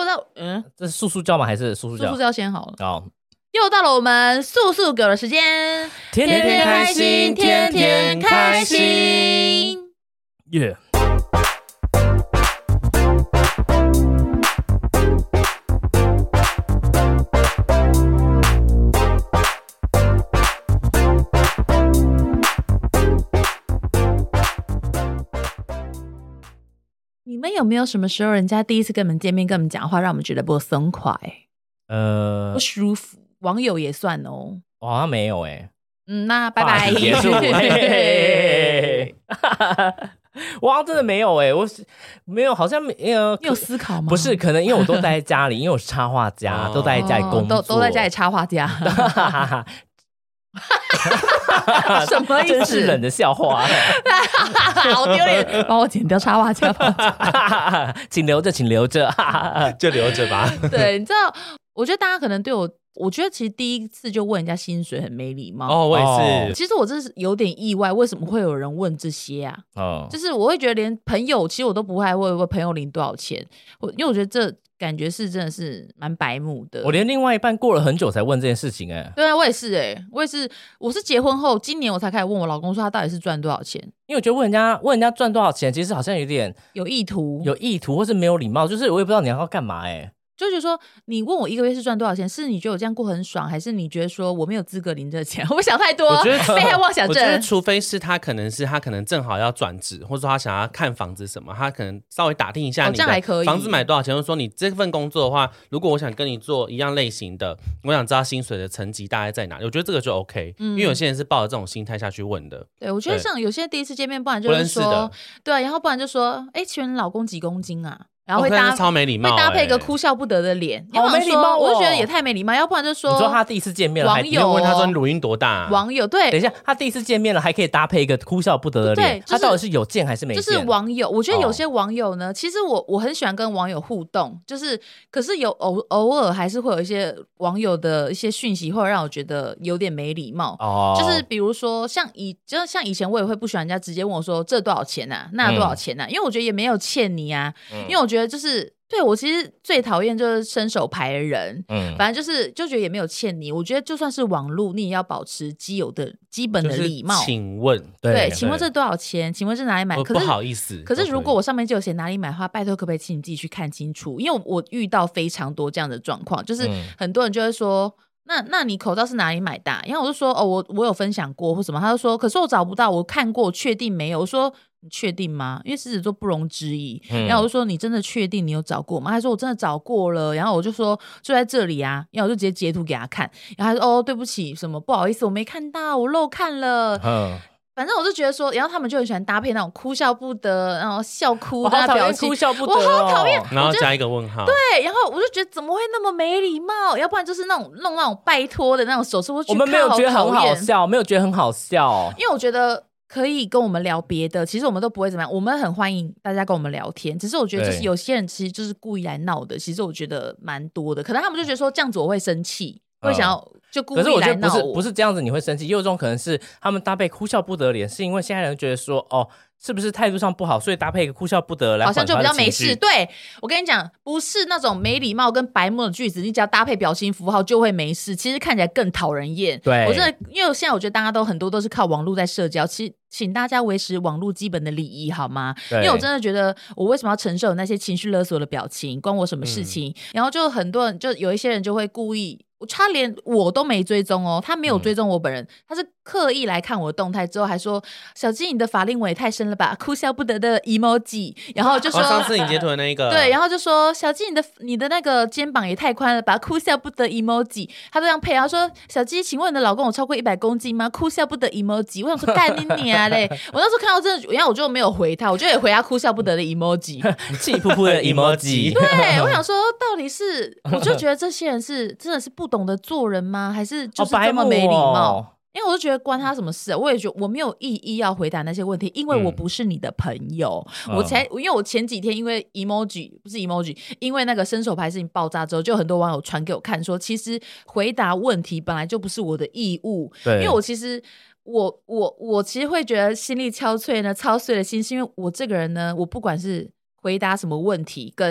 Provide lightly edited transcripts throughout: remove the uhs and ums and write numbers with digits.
到这是素叫吗？还是素素叫先好了？ 哦， 又到了我们素狗的时间， 天天开心，天天开心，耶！ 你们有没有什么时候人家第一次跟我们见面，跟我们讲话，让我们觉得不松快，不舒服？网友也算哦。 我好像没有那拜拜， 结束。我好像真的没有我没有，好像没有。 你有思考吗？ 不是，可能因为我都待在家里，因为我是插画家，都待在家里工作， 都在家里插画家。什么意思？ 真是冷的笑话。 好丢脸，帮我剪掉插画家吧。 请留着，请留着。 就留着吧。 对，你知道，我觉得大家可能对我觉得其实第一次就问人家薪水很没礼貌。 我也是。 其实我真是有点意外，为什么会有人问这些啊？就是我会觉得连朋友，其实我都不太会问朋友领多少钱，因为我觉得这感觉是真的是蛮白目的。 我连另外一半过了很久才问这件事情对啊，我也是我是结婚后今年我才开始问我老公说他到底是赚多少钱， 因为我觉得问人家赚多少钱，其实好像有点有意图， 或是没有礼貌，就是我也不知道你要干嘛就觉得说你问我一个月是赚多少钱，是你觉得我这样过很爽，还是你觉得说我没有资格领这钱？我想太多， 我觉得被害妄想症。 我觉得除非是他可能正好要转职，或者说他想要看房子什么，他可能稍微打听一下你的房子买多少钱，或者说你这份工作的话，如果我想跟你做一样类型的，我想知道薪水的层级大概在哪里，我觉得这个就 OK，因为有些人是抱着这种心态下去问的。 对，我觉得像有些第一次见面，不然就是说，对，然后不然就说，请问老公几公斤啊？然后会超没礼貌， 会搭配一个哭笑不得的脸， 好没礼貌我就觉得也太没礼貌。要不然就说， 你说他第一次见面了， 网友问他说你乳晕多大？ 网友对， 等一下，他第一次见面了，还可以搭配一个哭笑不得的脸，他到底是有见还是没见？ 就是网友，我觉得有些网友呢，其实我很喜欢跟网友互动，就是可是有偶尔还是会有一些网友的一些讯息，会让我觉得有点没礼貌。就是比如说像以前我也会不喜欢人家直接问我说这多少钱啊，那多少钱啊，因为我觉得也没有欠你啊，因为我觉得就是对我其实最讨厌就是伸手牌的人，反正就觉得也没有欠你，我觉得就算是网路你也要保持基本的礼貌。 请问， 对，请问这多少钱？请问这哪里买？ 不好意思， 可是如果我上面就有写哪里买的话，拜托可不可以请你自己去看清楚？因为我遇到非常多这样的状况，就是很多人就会说。那你口罩是哪里买的？然后我就说我有分享过或什么，他就说可是我找不到，我看过确定没有。我说你确定吗？因为狮子座不容置疑。然后我就说你真的确定你有找过吗？他说我真的找过了。然后我就说就在这里啊，然后我就直接截图给他看。然后他说对不起，什么不好意思我没看到，我漏看了。反正我就觉得说，然后他们就很喜欢搭配那种哭笑不得，然后笑哭的表情， 哭笑不得， 我好讨厌。 然后加一个问号， 对，然后我就觉得怎么会那么没礼貌？要不然就是弄那种拜托的那种手势，我们没有觉得很好笑，没有觉得很好笑， 因为我觉得可以跟我们聊别的，其实我们都不会怎么样，我们很欢迎大家跟我们聊天。只是我觉得就是有些人其实就是故意来闹的，其实我觉得蛮多的，可能他们就觉得说这样子我会生气，会想要。就故意来闹我。 可是我觉得不是这样子你会生气，也有种可能是他们搭配哭笑不得脸，是因为现在人觉得说是不是态度上不好，所以搭配一个哭笑不得来， 好像就比较没事。对，我跟你讲，不是那种没礼貌跟白目的句子，你只要搭配表情符号就会没事，其实看起来更讨人厌。 对， 我真的，因为现在我觉得大家都很多都是靠网络在社交，其实请大家维持网络基本的礼仪好吗？因为我真的觉得我为什么要承受那些情绪勒索的表情，关我什么事情？然后就很多人，就有一些人就会故意。他连我都没追踪他没有追踪我本人，他是刻意来看我的动态之后还说小鸡你的法令纹也太深了吧，哭笑不得的 emoji， 然后就说上次你截图的那个对，然后就说小鸡你的那个肩膀也太宽了吧，哭笑不得 emoji， 他都这样配，然后说小鸡请问你的老公有超过100公斤吗，哭笑不得 emoji， 我想说干你啊嘞我那时候看到真的，然后我就没有回他，我就也回他哭笑不得的 emoji 气噗噗的 emoji 对，我想说到底是我就觉得这些人是真的是不懂得做人吗？还是就是这么没礼貌？因为我就觉得关他什么事我也觉得我没有意义要回答那些问题，因为我不是你的朋友。因为我前几天因为 emoji 不是 emoji， 因为那个伸手牌事情爆炸之后，就很多网友传给我看说，其实回答问题本来就不是我的义务。因为我其实我其实会觉得心力憔悴呢，操碎了心，是因为我这个人呢，我不管是回答什么问题跟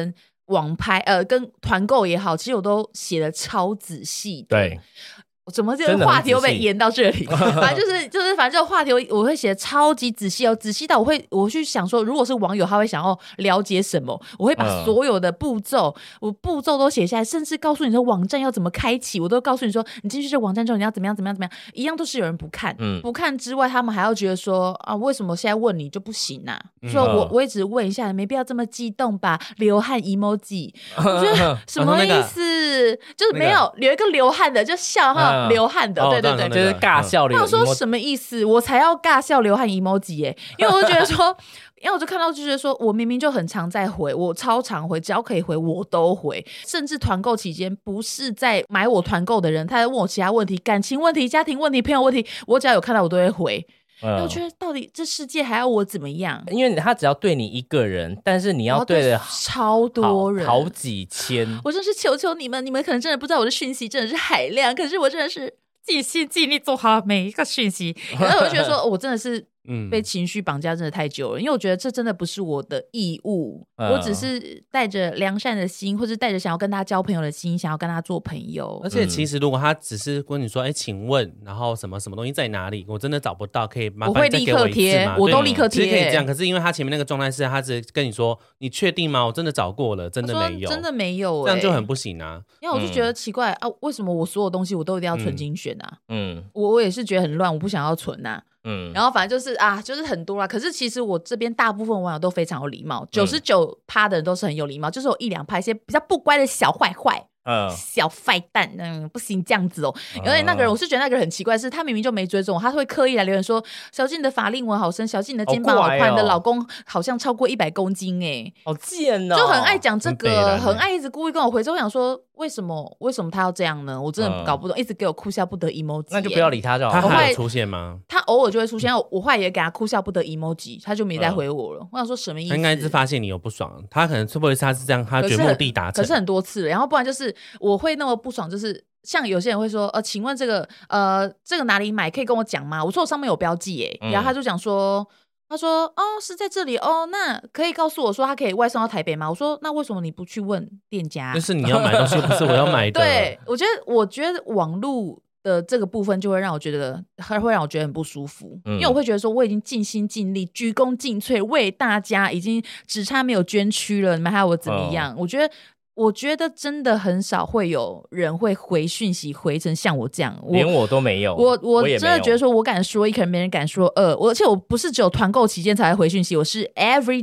网拍跟团购也好，其实我都写的超仔细的。 对。 怎么这个话题又被延到这里？反正就是反正这个话题我会写超级仔细仔细到我去想说，如果是网友他会想要了解什么，我会把所有的步骤都写下来，甚至告诉你说网站要怎么开启，我都告诉你说你进去这个网站之后你要怎么样，一样都是有人不看。不看之外，他们还要觉得说啊，为什么现在问你就不行啊？所以我也只问一下，没必要这么激动吧？流汗 emoji， 我觉得什么意思？就是没有留一个流汗的，就笑哈。流汗的，对， 就是尬笑流。 我说什么意思？我才要尬笑流汗 emoji 耶！因为我就觉得说，因为我就看到就觉得说，我明明就很常在回，我超常回，只要可以回我都回。甚至团购期间，不是在买我团购的人，他在问我其他问题，感情问题、家庭问题、朋友问题，我只要有看到我都会回。我觉得到底这世界还要我怎么样？ 因为他只要对你一个人，但是你要对的超多人， 好几千。 我真是求求你们可能真的不知道我的讯息真的是海量，可是我真的是尽心尽力做好每一个讯息。然后我就觉得说，我真的是被情绪绑架真的太久了，因为我觉得这真的不是我的义务，我只是带着良善的心，或者带着想要跟他交朋友的心，想要跟他做朋友。 而且其实如果他只是跟你说请问然后什么什么东西在哪里，我真的找不到，可以麻烦再给我一次吗？ 我都立刻贴， 其实可以这样。可是因为他前面那个状态是他只跟你说你确定吗？我真的找过了，真的没有， 真的没有， 这样就很不行啊。 因为我就觉得奇怪啊，为什么我所有东西我都一定要存精选啊？我也是觉得很乱，我不想要存啊。然后反正就是就是很多啦。可是其实我这边大部分网友都非常有礼貌，99%的人都是很有礼貌，就是有1-2%一些比较不乖的小坏坏。小坏蛋，不行这样子哦。因为那个人，我是觉得那个人很奇怪，是他明明就没追踪我，他会刻意来留言说：“小静你的法令纹好深，小静你的肩膀好宽，你的老公好像超过100公斤哎， 好贱哦！” 就很爱讲这个，很爱一直故意跟我回之后，我想说为什么他要这样呢？我真的搞不懂，一直给我哭笑不得 emoji， 那就不要理他就好。 他还有出现吗？ 他偶尔就会出现，我后来也给他哭笑不得 emoji， 他就没再回我了。我想说什么意思？ 他应该是发现你有不爽，他可能会不会他是这样，他觉得目的达成， 可是很多次了，然后不然就是我会那么不爽，就是像有些人会说请问这个哪里买可以跟我讲吗？我说我上面有标记耶，然后他就讲说他说哦是在这里哦，那可以告诉我说他可以外送到台北吗？我说那为什么你不去问店家？ 就是你要买东西不是我要买的。 对，我觉得网路的这个部分就会让我觉得很不舒服，因为我会觉得说我已经尽心尽力鞠躬尽瘁为大家，已经只差没有捐躯了，你们还要我怎么样？我觉得真的很少会有人会回讯息回成像我这样， 连我都没有。 我真的觉得说我敢说一，可能没人敢说二。而且我不是只有团购期间才会回讯息，我是 every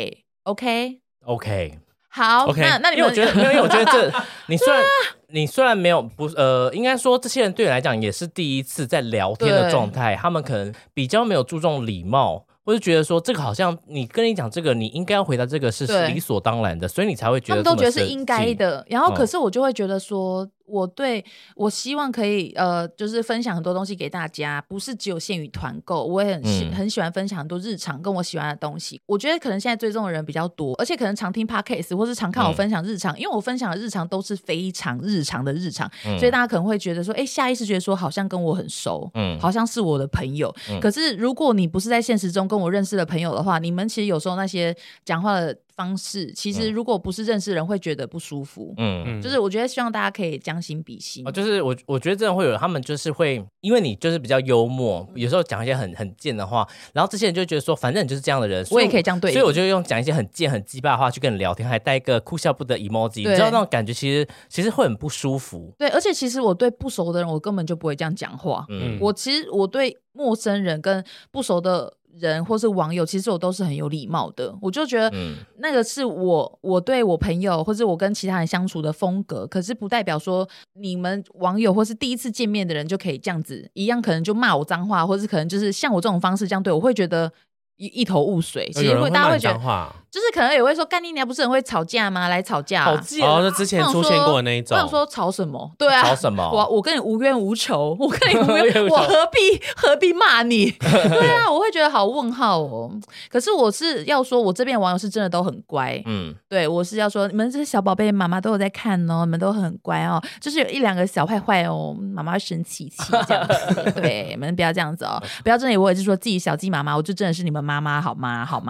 day。OK， 好， okay. 那你们因为我觉得这你虽然没有应该说这些人对你来讲也是第一次在聊天的状态，他们可能比较没有注重礼貌。我就觉得说这个好像跟你讲这个你应该要回答这个是理所当然的，所以你才会觉得他们都觉得是应该的。然后可是我就会觉得说我希望可以就是分享很多东西给大家，不是只有限于团购，我也很喜欢分享很多日常跟我喜欢的东西。我觉得可能现在追踪的人比较多，而且可能常听 podcast 或是常看我分享日常，因为我分享的日常都是非常日常的日常，所以大家可能会觉得说下意识觉得说好像跟我很熟，好像是我的朋友。可是如果你不是在现实中跟我认识的朋友的话，你们其实有时候那些讲话的方式，其实如果不是认识人会觉得不舒服。就是我觉得希望大家可以将心比心。 就是我觉得真的会有他们就是会因为你就是比较幽默，有时候讲一些很贱的话，然后这些人就觉得说反正你就是这样的人， 我也可以这样对你， 所以我就用讲一些很贱很鸡巴的话去跟你聊天，还带一个哭笑不得 emoji， 你知道那种感觉其实会很不舒服。 对，而且其实我对不熟的人我根本就不会这样讲话。我对陌生人跟不熟的人或是网友，其实我都是很有礼貌的。我就觉得那个是我对我朋友或是我跟其他人相处的风格，可是不代表说你们网友或是第一次见面的人就可以这样子一样，可能就骂我脏话，或是可能就是像我这种方式这样对我，会觉得一头雾水。其实大家会觉得就是可能也会说干你娘，不是很会吵架吗？来吵架， 好贱就之前出现过的那一种。 我想说吵什么？对啊， 吵什么？ 我跟你无冤无仇，我跟你无冤，我何必骂你？对啊，我会觉得好问号哦。可是我是要说，我这边网友是真的都很乖。对，我是要说，你们这些小宝贝妈妈都有在看哦，你们都很乖哦。就是有1-2个小坏坏哦，妈妈会生气这样子。对，你们不要这样子哦，不要真的以为我也是说自己小鸡妈妈，我就真的是你们妈妈好吗？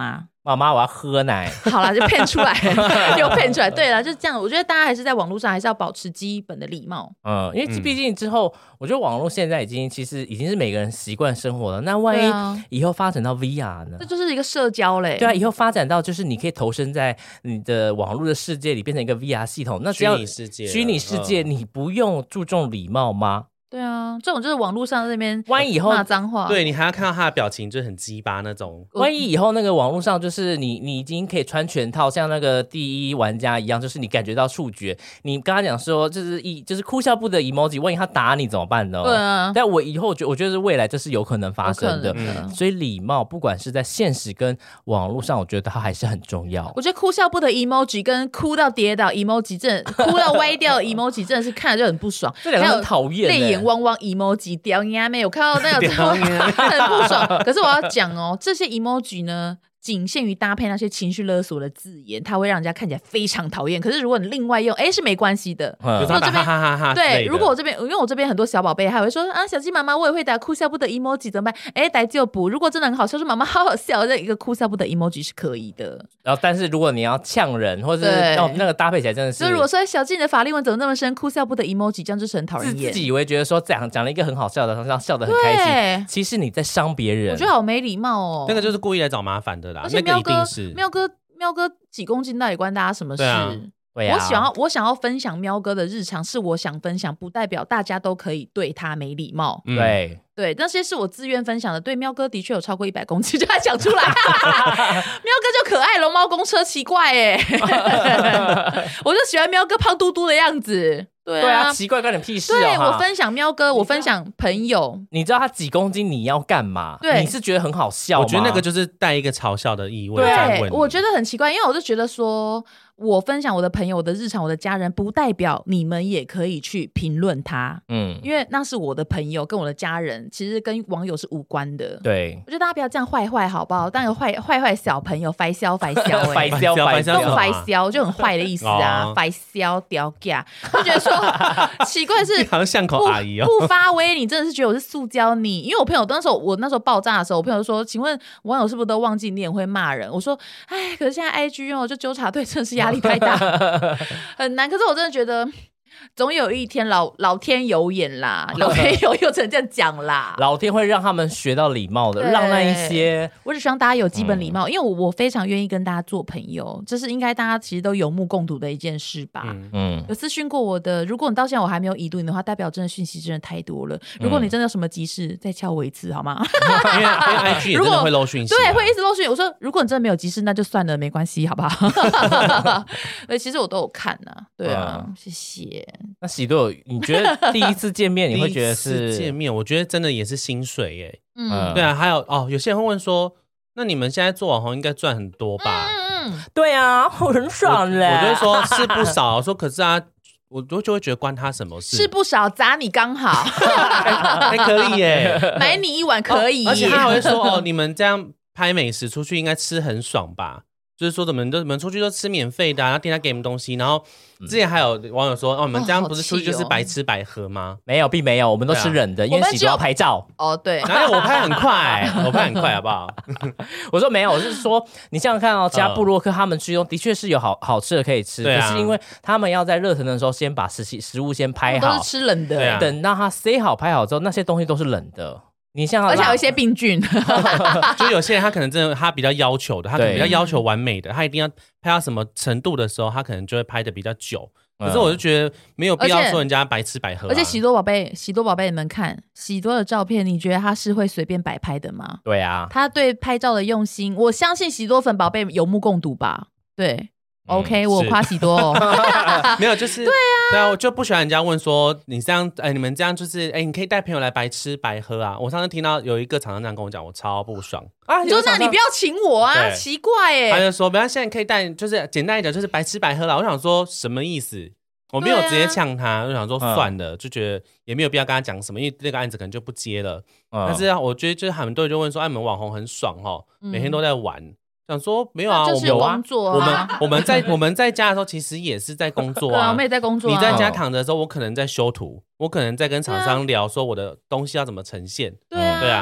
妈妈我要喝奶。 好啦，就骗出来又骗出来。对啦，就是这样。我觉得大家还是在网络上还是要保持基本的礼貌。 因为毕竟之后我觉得网络现在其实已经是每个人习惯生活了，那万一以后发展到 VR 呢？ 这就是一个社交嘞。 对啊，以后发展到就是你可以投身在你的网络的世界里，变成一个 VR 系统，那只要虚拟世界你不用注重礼貌吗？ 对啊，这种就是网络上那边万一以后骂脏话， 对，你还要看到他的表情就很鸡巴那种。 万一以后那个网络上就是你已经可以穿全套，像那个第一玩家一样，就是你感觉到触觉，你跟他讲说就是哭笑不得 emoji， 万一他打你怎么办呢？ 对啊， 但我以后我觉得是未来这是有可能发生的，所以礼貌不管是在现实跟网络上，我觉得它还是很重要。 我觉得哭笑不得 emoji 跟哭到跌倒 emoji， 真的哭到歪掉 emoji 真的是看着就很不爽， 这两个很讨厌， 泪眼汪汪 emoji 屌你妹，我看到那个之后很不爽。可是我要讲哦，这些 emoji 呢仅限于搭配那些情绪勒索的字眼，它会让人家看起来非常讨厌。可是如果你另外用，是没关系的。 有这边哈哈哈对，如果我这边，因为我这边很多小宝贝，还会说啊，小鸡妈妈我也会打哭笑不得 emoji 怎么办？来就补。如果真的很好笑，说妈妈好好笑，这一个哭笑不得 emoji 是可以的。 然后，但是如果你要呛人，或者是那个搭配起来真的是， 所以如果说小鸡你的法令纹怎么那么深，哭笑不得 emoji， 这样就是很讨人厌。 自己以为觉得说讲了一个很好笑的，让笑得很开心，其实你在伤别人。 我觉得好没礼貌哦。 那个就是故意来找麻烦的啦， 而且那个一定是喵哥几公斤到底关大家什么事？ 对啊， 我想要分享喵哥的日常，是我想分享，不代表大家都可以对他没礼貌。 对， 那些是我自愿分享的。对，喵哥的确有超过100公斤，就他讲出来，喵哥就可爱，龙猫公车奇怪我就喜欢喵哥胖嘟嘟的样子。对啊， 奇怪，关你屁事对，我分享喵哥，我分享朋友。 你知道他几公斤你要干嘛？对，你是觉得很好笑吗？ 我觉得那个就是带一个嘲笑的意味在问。 对，我觉得很奇怪，因为我就觉得说，我分享我的朋友、我的日常、我的家人，不代表你们也可以去评论他。因为那是我的朋友跟我的家人，其实跟网友是无关的。 对， 我觉得大家不要这样坏好不好？当个坏小朋友，坏消坏消就很坏的意思啊，坏消屌架，就觉得说奇怪是好像巷口阿姨不发威，你真的是觉得我是塑胶你？因为我朋友我那时候爆炸的时候，我朋友说，请问网友是不是都忘记你也会骂人？我说，可是现在 IG 就纠察队真的是压力太大，很难。可是我真的觉得。总有一天老天有眼啦，老天有成这样讲啦， 老天会让他们学到礼貌的，让那一些， 我只希望大家有基本礼貌，因为我非常愿意跟大家做朋友，这是应该大家其实都有目共睹的一件事吧。有私讯过我的，如果你到现在我还没有已读你的话，代表真的讯息真的太多了。如果你真的有什么急事，再敲我一次好吗？ 因为 IG 也真的会漏讯息， 对，会一直漏讯。我说如果你真的没有急事，那就算了，没关系，好不好？其实我都有看啊，对啊，谢谢。 那喜多，你觉得第一次见面你会觉得是第一次见面？我觉得真的也是薪水耶。对啊，还有有些人会问说，那你们现在做网红应该赚很多吧？ 对啊，我很爽嘞。 我就说是不少，我说可是啊，我就会觉得关他什么事？ 是不少，砸你刚好， 还可以耶， 买你一碗可以。 而且他还会说你们这样拍美食出去应该吃很爽吧？就是说，你们出去都吃免费的，然后店家给你们东西，然后之前还有网友说，你们这样不是出去就是白吃白喝吗？ 没有，并没有，我们都吃冷的，因为喜多要拍照。 对， 然后我拍很快，我拍很快，好不好？ 我说没有，我是说你想想看其他部落客他们去用，的确是有好吃的可以吃，可是因为他们要在热腾的时候先把食物先拍好， 都是吃冷的， 等到它塞好拍好之后，那些东西都是冷的。你像而且还有一些病菌， 就有些人他可能真的他比较要求的，他可能比较要求完美的，他一定要拍到什么程度的时候，他可能就会拍的比较久。可是我就觉得没有必要说人家白吃白喝。 而且喜多宝贝，你们看喜多的照片，你觉得他是会随便摆拍的吗？ 对啊， 他对拍照的用心，我相信喜多粉宝贝有目共睹吧？对。OK， 我夸喜多没有，就是对啊，我就不喜欢人家问说你这样，你们这样就是，你可以带朋友来白吃白喝啊。我上次听到有一个厂商这样跟我讲，我超不爽啊！你说那你不要请我啊，奇怪他就说，不要现在可以带，就是简单一点，就是白吃白喝啦。我想说什么意思？我没有直接呛他，就想说算了，就觉得也没有必要跟他讲什么，因为这个案子可能就不接了。但是我觉得就是很多人就问说，你们网红很爽每天都在玩。想说没有啊， 就是工作啊。我们在家的时候，其实也是在工作啊。 我们也在工作。 你在家躺着的时候，我可能在修图，我可能在跟厂商聊说我的东西要怎么呈现。 对啊。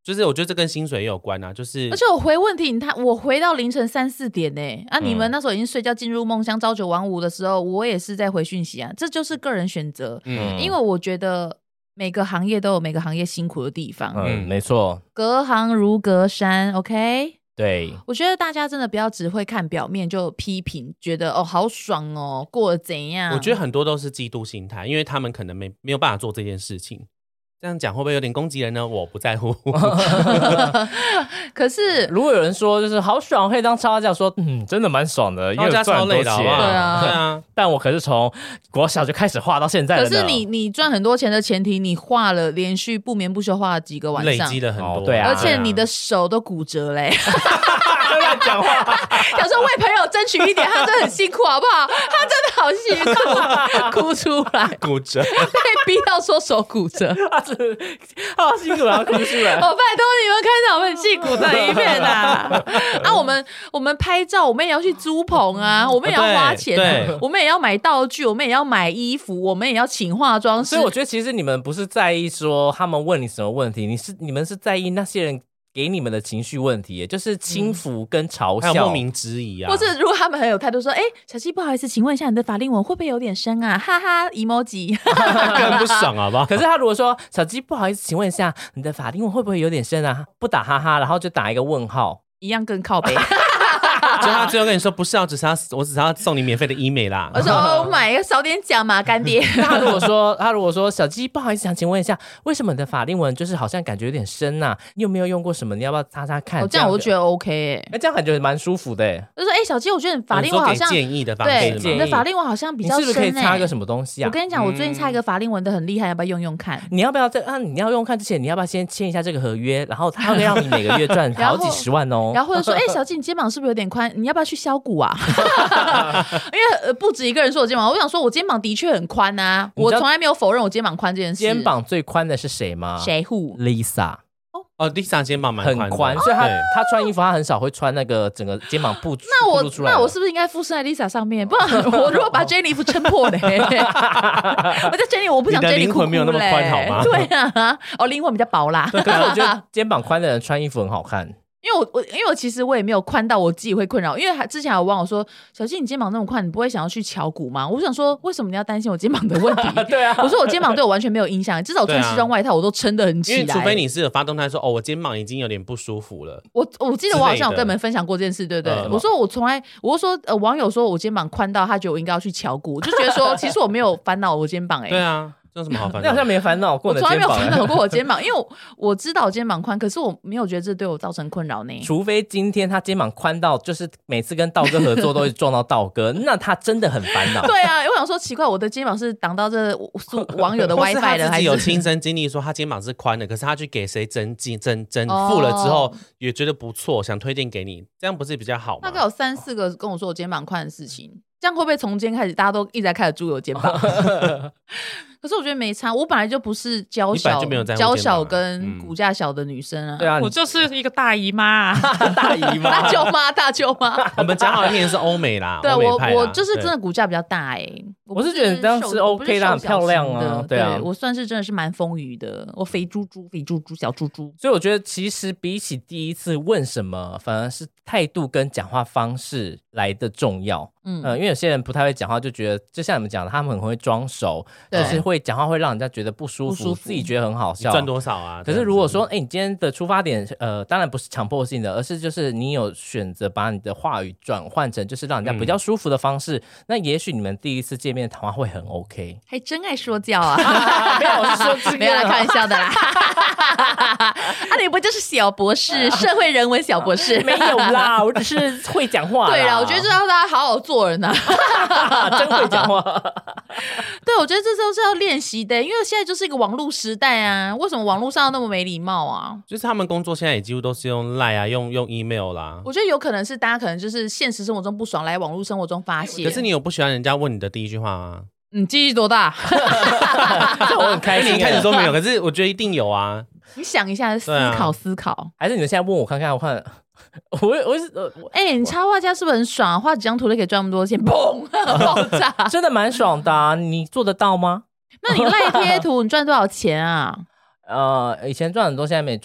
就是我觉得这跟薪水也有关啊，就是而且我回问题，我回到凌晨3、4点呢，你们那时候已经睡觉进入梦乡朝9晚5的时候，我也是在回讯息啊，这就是个人选择，因为我觉得每个行业都有每个行业辛苦的地方， 没错， 隔行如隔山 ，OK。 对， 我觉得大家真的不要只会看表面就批评，觉得好爽哦，过得怎样？ 我觉得很多都是嫉妒心态，因为他们可能没有办法做这件事情。这样讲会不会有点攻击人呢？我不在乎。 可是如果有人说就是好爽，可以当插画家，说真的蛮爽的，因为赚很多钱， 对啊。 但我可是从国小就开始画到现在了。 可是你赚很多钱的前提，你画了连续不眠不休画了几个晚上， 累积了很多， 对啊， 而且你的手都骨折嘞。 乱讲话， 想说为朋友争取一点，他真的很辛苦，好不好？他真的好辛苦，哭出来， 骨折， 被逼到说手骨折， 好辛苦，然后哭出来。 拜托你们看到我们很辛苦的一面啊！我们拍照，我们也要去租棚啊，我们也要花钱，我们也要买道具，我们也要买衣服，我们也要请化妆师。 所以我觉得其实你们不是在意说他们问你什么问题，你们是在意那些人给你们的情绪问题，就是轻浮跟嘲笑， 还有莫名质疑啊。 或是如果他们很有态度说，小七不好意思，请问一下你的法令纹会不会有点深啊？哈哈 emoji 更不爽好不好？ 可是他如果说小七不好意思，请问一下你的法令纹会不会有点深啊？不打哈哈，然后就打一个问号， 一样更靠北。 就他最后跟你说不是，我只是要送你免费的医美啦。 我说 Oh my， 少点讲嘛，干爹。 他如果说小鸡不好意思，想请问一下，为什么你的法令纹就是好像感觉有点深啊？你有没有用过什么？你要不要擦擦看？ 这样我就觉得 OK 这样感觉蛮舒服的。 就说小鸡，我觉得你法令纹好像给建议的方式， 对，你的法令纹好像比较深。 你是不是可以擦个什么东西啊？ 我跟你讲，我最近擦一个法令纹的很厉害，要不要用用看？ 你要不要你要用看之前，你要不要先签一下这个合约？然后它会让你每个月赚好几10万哦。 然后或者说，小鸡，你肩膀是不是有点宽？你要不要去削骨啊？因为不止一个人说我肩膀，我想说我肩膀的确很宽啊，我从来没有否认我肩膀宽这件事。 肩膀最宽的是谁吗？ 谁？Who？ Lisa。 Lisa 肩膀蛮很宽，所以她穿衣服，她很少会穿那个整个肩膀布出来。 那我是不是应该附身在 Lisa 上面？不然我如果把 Jenny 撑破嘞，我在 Jenny， 我不想 Jenny 灵魂没有那么宽好吗？ 对啊，灵魂比较薄啦。 可是我觉得肩膀宽的人穿衣服很好看。 因为我其实我也没有宽到我自己会困扰，因为之前有网友说小鸡你肩膀那么宽，你不会想要去敲骨吗？我想说为什么你要担心我肩膀的问题？ 对啊， 我说我肩膀对我完全没有影响，至少我穿西装外套我都撑得很起来。 因为除非你是有发动态说我肩膀已经有点不舒服了。 我记得我好像有跟你们分享过这件事，对不对？我说我说网友说我肩膀宽到他觉得我应该要去敲骨，我就觉得说其实我没有烦恼我肩膀对啊。这有什么好烦恼？ 那好像没烦恼过， 我从来没有烦恼过我肩膀，因为我知道我肩膀宽，可是我没有觉得这对我造成困扰呢。 除非今天他肩膀宽到，就是每次跟道哥合作都会撞到道哥，那他真的很烦恼。 对啊，因为我想说奇怪，我的肩膀是挡到这网友的 WiFi 的， 还是有亲身经历说他肩膀是宽的，可是他去给谁整付了之后也觉得不错，想推荐给你，这样不是比较好吗？ 大概有3、4个跟我说我肩膀宽的事情。这样会不会从今天开始大家都一直在开始猪油肩膀？可是我觉得没差，我本来就不是娇小跟骨架小的女生啊。 对啊， 我就是一个大姨妈， 大姨妈， 大舅妈。 我们讲好听的是欧美啦， 对我就是真的骨架比较大我是觉得这样是 OK 的，很漂亮啊。对啊， 我算是真的是蛮丰腴的，我肥猪小猪猪。 所以我觉得其实比起第一次问什么，反而是态度跟讲话方式来的重要。因为有些人不太会讲话，就觉得就像你们讲的，他们很会装熟，就是会讲话会让人家觉得不舒服，自己觉得很好笑。 赚多少啊？ 可是如果说，你今天的出发点，当然不是强迫性的，而是就是你有选择把你的话语转换成就是让人家比较舒服的方式，那也许你们第一次见面的谈话会很 OK。 还真爱说教啊！ 没有，我是说这个， 没有啦，开玩笑的啦。你不就是小博士，社会人文小博士？ 没有啦，我只是会讲话。 对啦，我觉得这让大家好好做人啊。 真会讲话。 对，我觉得这都是要练习的，因为现在就是一个网络时代啊。为什么网络上要那么没礼貌啊？ 就是他们工作现在也几乎都是用 LINE 啊，用 email 啦。 我觉得有可能是大家可能就是现实生活中不爽，来网络生活中发泄。 可是你有不喜欢人家问你的第一句话吗？ 你记忆多大？ 这我很开心。 你一开始说没有，可是我觉得一定有啊。 你想一下，思考。 还是你们现在问我看看，我看。 你插画家是不是很爽？画几张图就可以赚那么多钱，砰，爆炸， 真的蛮爽的啊！你做得到吗？ 那你赖贴图，你赚多少钱啊？ 以前赚很多，现在没赚，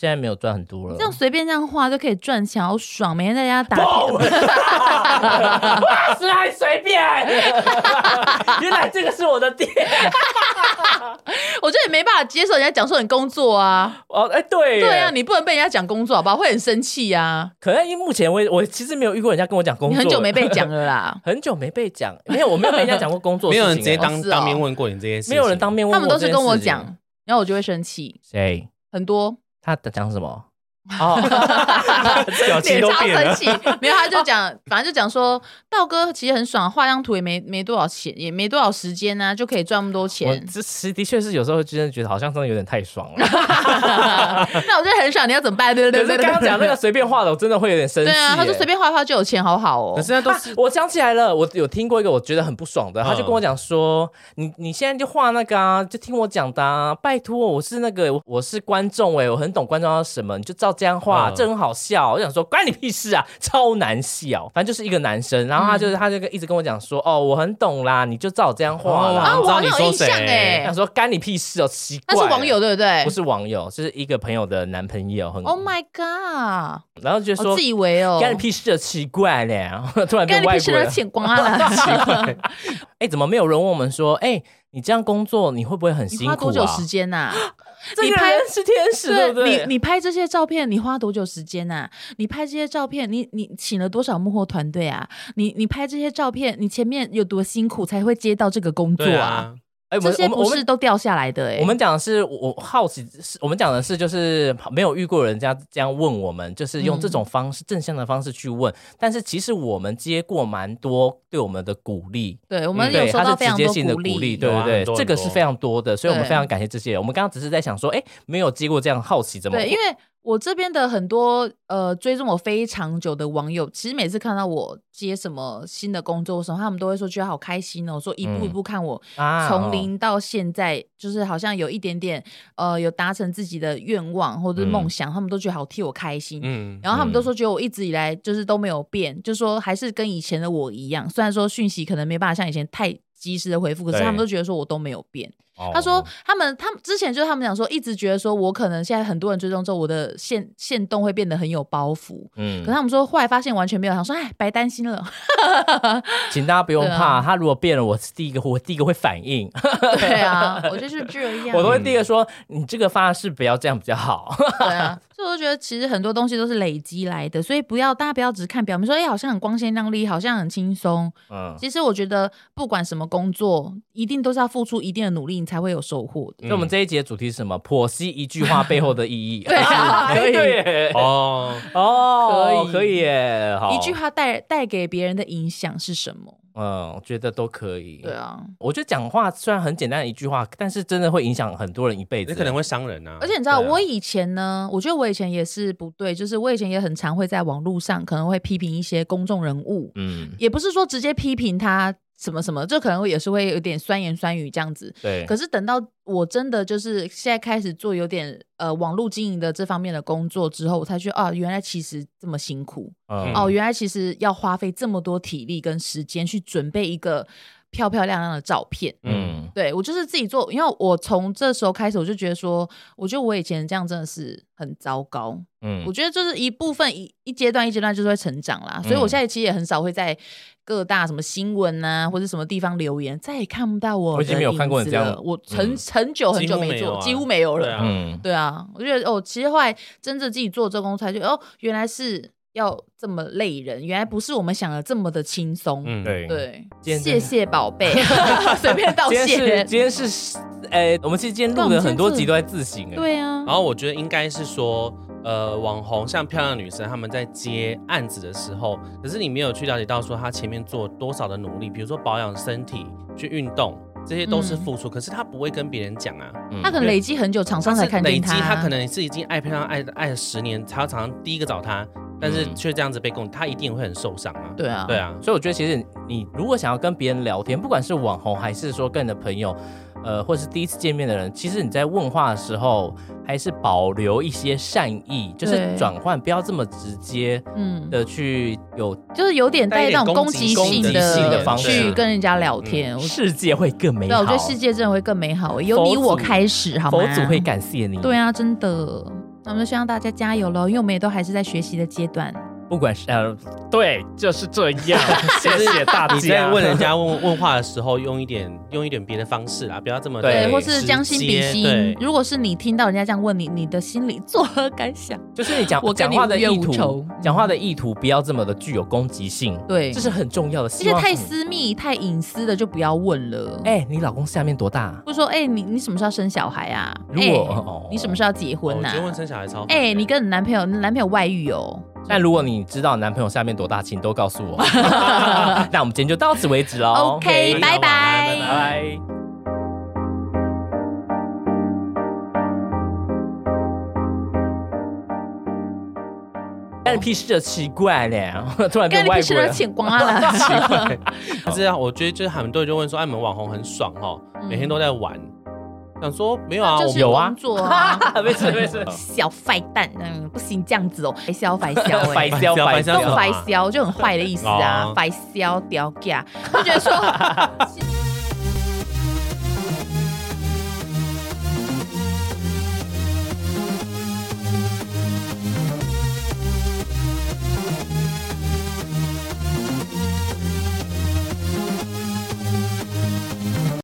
现在没有赚很多了。 这样随便这样画就可以赚钱，好爽！每天在家打片， 是还随便。原来这个是我的店。 我觉得也没办法接受人家讲说你工作啊。 哦，哎，对啊，你不能被人家讲工作好不好？会很生气啊。 可能因为目前我其实没有遇过人家跟我讲工作， 你很久没被讲了啦。 很久没被讲，没有，我没有被人家讲过工作事情。 没有人直接当面问过你这些事情， 没有人当面问过。 他们都是跟我讲，然后我就会生气。 谁？ 很多。 他讲什么？ 表情都变了。 没有，他就讲，反正就讲说，道哥其实很爽，画张图也没多少钱，也没多少时间啊，就可以赚那么多钱。 这的确是有时候真的觉得好像真的有点太爽了。 那我就很爽，你要怎么办？对。 可是刚刚讲那个随便画的，我真的会有点生气。对啊，他说随便画画就有钱，好好哦。 可是那都是我想起来了，我有听过一个我觉得很不爽的，他就跟我讲说，你现在就画那个啊，就听我讲的啊，拜托，我是观众我很懂观众要什么，你就照这样画，这很好笑。我想说关你屁事啊，超难笑。反正就是一个男生，然后他就一直跟我讲说，我很懂啦，你就照我这样画啦。 我很有印象哎。 他说干你屁事哦，奇怪。 那是网友对不对？ 不是网友，是一个朋友的男朋友。 Oh my god！ 然后就说自以为哦， 干你屁事的，奇怪嘞。突然变外国人，干你屁事的，钱光啊！奇怪。 怎么没有人问我们说，你这样工作你会不会很辛苦啊？ 你花多久时间啊？ 你拍是天使，对不对？ 你拍这些照片，你花多久时间啊？你拍这些照片，你请了多少幕后团队啊？你拍这些照片，你前面有多辛苦才会接到这个工作啊？这些不是都掉下来的我们讲的是，我好奇，我们讲的是就是没有遇过人家这样问我们，就是用这种方式正向的方式去问。但是其实我们接过蛮多对我们的鼓励， 对我们有收到非常多鼓励， 对，这个是非常多的，所以我们非常感谢这些人。我们刚刚只是在想说，没有接过这样，好奇怎么？ 对，因为我这边的很多追踪我非常久的网友，其实每次看到我接什么新的工作什么，他们都会说觉得好开心哦，说一步一步看我从零到现在，就是好像有一点点有达成自己的愿望或者是梦想，他们都觉得好替我开心。然后他们都说觉得我一直以来就是都没有变，就说还是跟以前的我一样，虽然说讯息可能没办法像以前太及时的回复，可是他们都觉得说我都没有变。他说他们之前就是他们讲说一直觉得说我可能现在很多人追踪之后我的限动会变得很有包袱，可是他们说后来发现完全没有，想说白担心了。 请大家不用怕，他如果变了，我第一个会反应。 对啊，我就是这样， 我都会第一个说你这个方式不要这样比较好。 对啊，所以我就觉得其实很多东西都是累积来的，所以大家不要只看表面说好像很光鲜亮丽，好像很轻松。其实我觉得不管什么工作，一定都是要付出一定的努力，你才会有收获的。 所以我们这一集的主题是什么？剖析一句话背后的意义。 对啊，可以耶。可以耶。好， 一句话带给别人的影响是什么？ 我觉得都可以。 对啊， 我觉得讲话虽然很简单的一句话，但是真的会影响很多人一辈子， 也可能会伤人啊。 而且你知道，我以前呢，我觉得我以前也是不对，就是我以前也很常会在网络上可能会批评一些公众人物，也不是说直接批评他什么什么，就可能也是会有点酸言酸语这样子。 对。 可是等到我真的就是现在开始做有点网络经营的这方面的工作之后，我才觉得原来其实这么辛苦，原来其实要花费这么多体力跟时间去准备一个漂漂亮亮的照片。对，我就是自己做，因为我从这时候开始我就觉得说，我觉得我以前这样真的是很糟糕。我觉得就是一部分一阶段一阶段就是会成长啦，所以我现在其实也很少会在各大什么新闻啊或者什么地方留言，再也看不到我的影子了。我已经没有看过你这样，我很久没做，几乎没有了。对啊，我觉得其实后来真正自己做这个工作才觉得原来是要这么累人，原来不是我们想的这么的轻松。对，谢谢宝贝，随便道谢。 今天是我们其实今天录的很多集都在自省。 对啊， 然后我觉得应该是说网红像漂亮女生他们在接案子的时候，可是你没有去了解到说她前面做多少的努力，比如说保养身体去运动，这些都是付出，可是他不会跟别人讲啊。 他可能累积很久，厂商才看见他。 他可能是已经爱漂亮爱了10年，他常常第一个找他，但是却这样子被攻，他一定会很受伤啊。 对啊， 所以我觉得其实你如果想要跟别人聊天，不管是网红还是说跟你的朋友，或是第一次见面的人，其实你在问话的时候还是保留一些善意，就是转换，不要这么直接的去就是有点带那种攻击性的方式去跟人家聊天， 世界会更美好。 对，我觉得世界真的会更美好，由你我开始，好吗？ 佛祖会感谢你。 对啊，真的。 那我们就希望大家加油咯，因为我们也都还是在学习的阶段。 不管是对，就是这样。谢谢大家。 你在问人家问话的时候，用一点别的方式啦，不要这么对，或是将心比心。如果是你听到人家这样问你，你的心里作何感想？ 就是你讲话的意图，不要这么的具有攻击性。 对， 这是很重要的。 这些太私密、太隐私的就不要问了。 你老公下面多大？ 或者说，你什么时候生小孩啊？ 如果你什么时候要结婚啊？ 结婚生小孩超。 你跟你男朋友外遇哦。 但如果你知道男朋友下面多大，请都告诉我。那我们今天就到此为止喽。 OK， 拜拜， 拜拜。干你屁事，奇怪嘞！突然变外国人，干你屁事， 钱光了，奇怪。 但是我觉得就是很多人就问说，你们网红很爽哦，每天都在玩。想说没有啊， 我有啊， 工作啊， 没事， 小坏蛋，不行这样子哦，白销， 白销就很坏的意思啊，白销屌架，就觉得说。